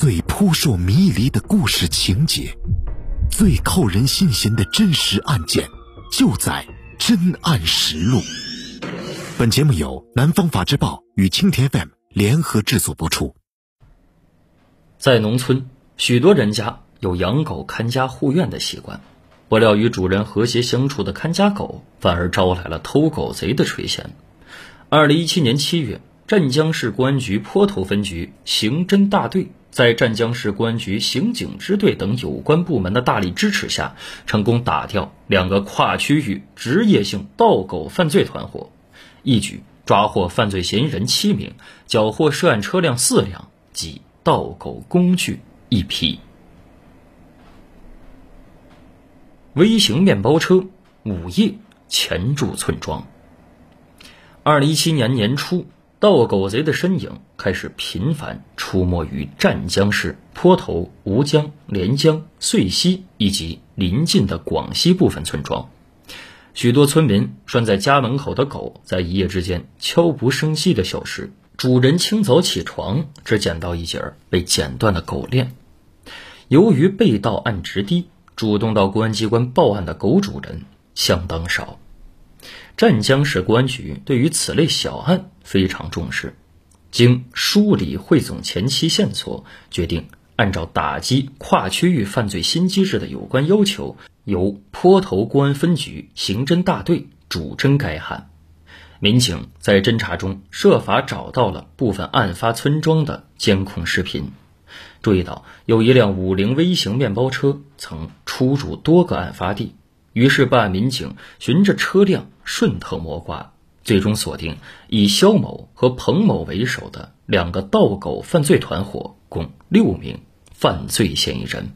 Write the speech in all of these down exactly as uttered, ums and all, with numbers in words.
最扑朔迷离的故事情节，最扣人心弦的真实案件，就在《真案实录》。本节目由南方法制报与蜻蜓 F M 联合制作播出。 在农村，许多人家有养狗看家护院的习惯，不料与主人和谐相处的看家狗反而招来了偷狗贼的垂涎。二零一七年七月，湛江市公安局坡头分局刑侦大队在湛江市公安局刑警支队等有关部门的大力支持下，成功打掉两个跨区域职业性盗狗犯罪团伙，一举抓获犯罪嫌疑人七名，缴获涉案车辆四辆及盗狗工具一批。微型面包车午夜潜入村庄。二零一七年年初，盗狗贼的身影开始频繁出没于湛江市坡头、吴江、连江、遂溪以及邻近的广西部分村庄。许多村民拴在家门口的狗在一夜之间悄不声息地消失，主人清早起床只捡到一截被剪断的狗链。由于被盗案值低，主动到公安机关报案的狗主人相当少。湛江市公安局对于此类小案非常重视，经梳理汇总前期线索，决定按照打击跨区域犯罪新机制的有关要求，由坡头公安分局刑侦大队主侦该案。民警在侦查中设法找到了部分案发村庄的监控视频，注意到有一辆五菱微型面包车曾出入多个案发地，于是办案民警循着车辆顺藤摸瓜，最终锁定以肖某和彭某为首的两个盗狗犯罪团伙，共六名犯罪嫌疑人。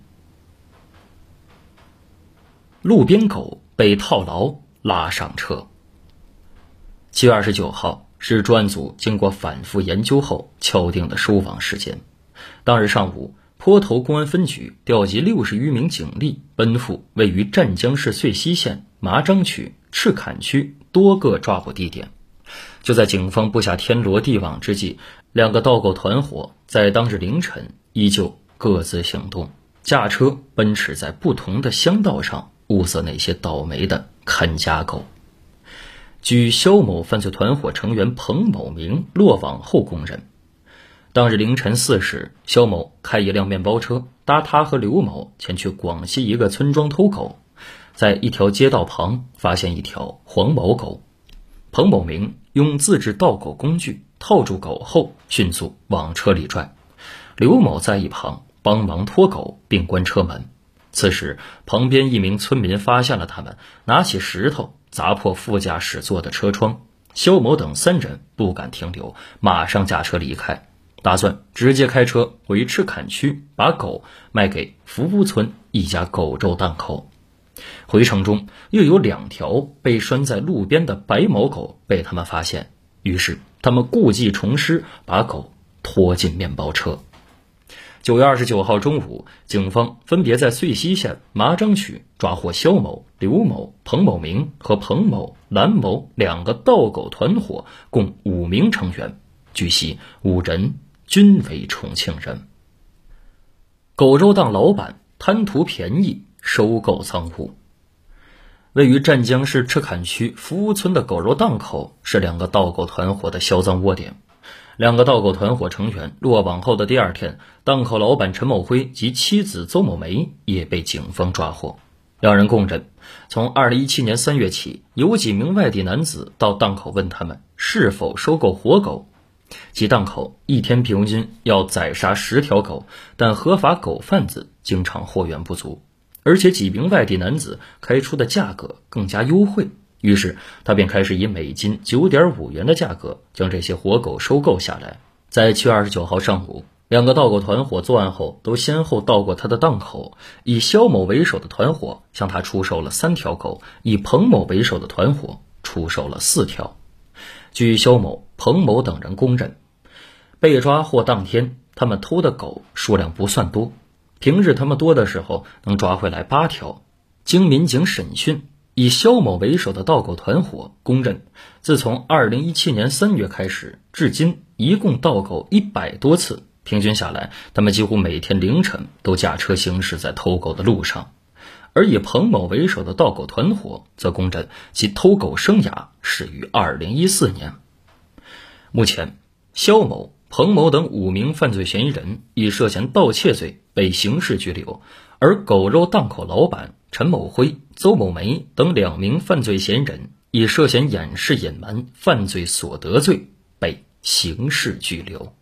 路边狗被套牢拉上车。七月二十九号是专案组经过反复研究后敲定的收网时间。当日上午，坡头公安分局调集六十余名警力，奔赴位于湛江市遂溪县麻章区、赤坎区多个抓捕地点。就在警方布下天罗地网之际，两个盗狗团伙在当日凌晨依旧各自行动，驾车奔驰在不同的乡道上，物色那些倒霉的看家狗。据肖某犯罪团伙成员彭某明落网后供认，当日凌晨四时，肖某开一辆面包车，搭他和刘某前去广西一个村庄偷狗，在一条街道旁发现一条黄毛狗。彭某明用自制盗狗工具套住狗后，迅速往车里拽，刘某在一旁帮忙拖狗并关车门。此时旁边一名村民发现了他们，拿起石头砸破副驾驶座的车窗。肖某等三人不敢停留，马上驾车离开，打算直接开车回赤坎区，把狗卖给福屋村一家狗肉档口。回程中又有两条被拴在路边的白毛狗被他们发现，于是他们故技重施，把狗拖进面包车。九月二十九号中午，警方分别在遂溪县麻章区抓获肖某、刘某、彭某明和彭某、蓝某两个盗狗团伙，共五名成员，据悉五人均为重庆人。狗肉档老板贪图便宜收购赃物。位于湛江市赤坎区福屋村的狗肉档口是两个盗狗团伙的销赃窝点。两个盗狗团伙成员落网后的第二天，档口老板陈某辉及妻子邹某梅也被警方抓获。两人供认，从二零一七年三月起，有几名外地男子到档口问他们是否收购活狗，其档口一天平均要宰杀十条狗，但合法狗贩子经常货源不足，而且几名外地男子开出的价格更加优惠，于是他便开始以每斤 九点五元的价格将这些活狗收购下来。在七月二十九号上午，两个盗狗团伙作案后都先后到过他的档口，以肖某为首的团伙向他出售了三条狗，以彭某为首的团伙出售了四条。据肖某、彭某等人供认，被抓获当天他们偷的狗数量不算多，平日他们多的时候能抓回来八条。经民警审讯，以肖某为首的盗狗团伙供认，自从二零一七年三月开始至今，一共盗狗一百多次， 平均下来，他们几乎每天凌晨都驾车行驶在偷狗的路上。而以彭某为首的盗狗团伙则公认其偷狗生涯始于二零一四年。目前，肖某、彭某等五名犯罪嫌疑人以涉嫌盗窃罪被刑事拘留，而狗肉档口老板陈某辉、邹某梅等两名犯罪嫌疑人以涉嫌掩饰隐瞒犯罪所得罪被刑事拘留。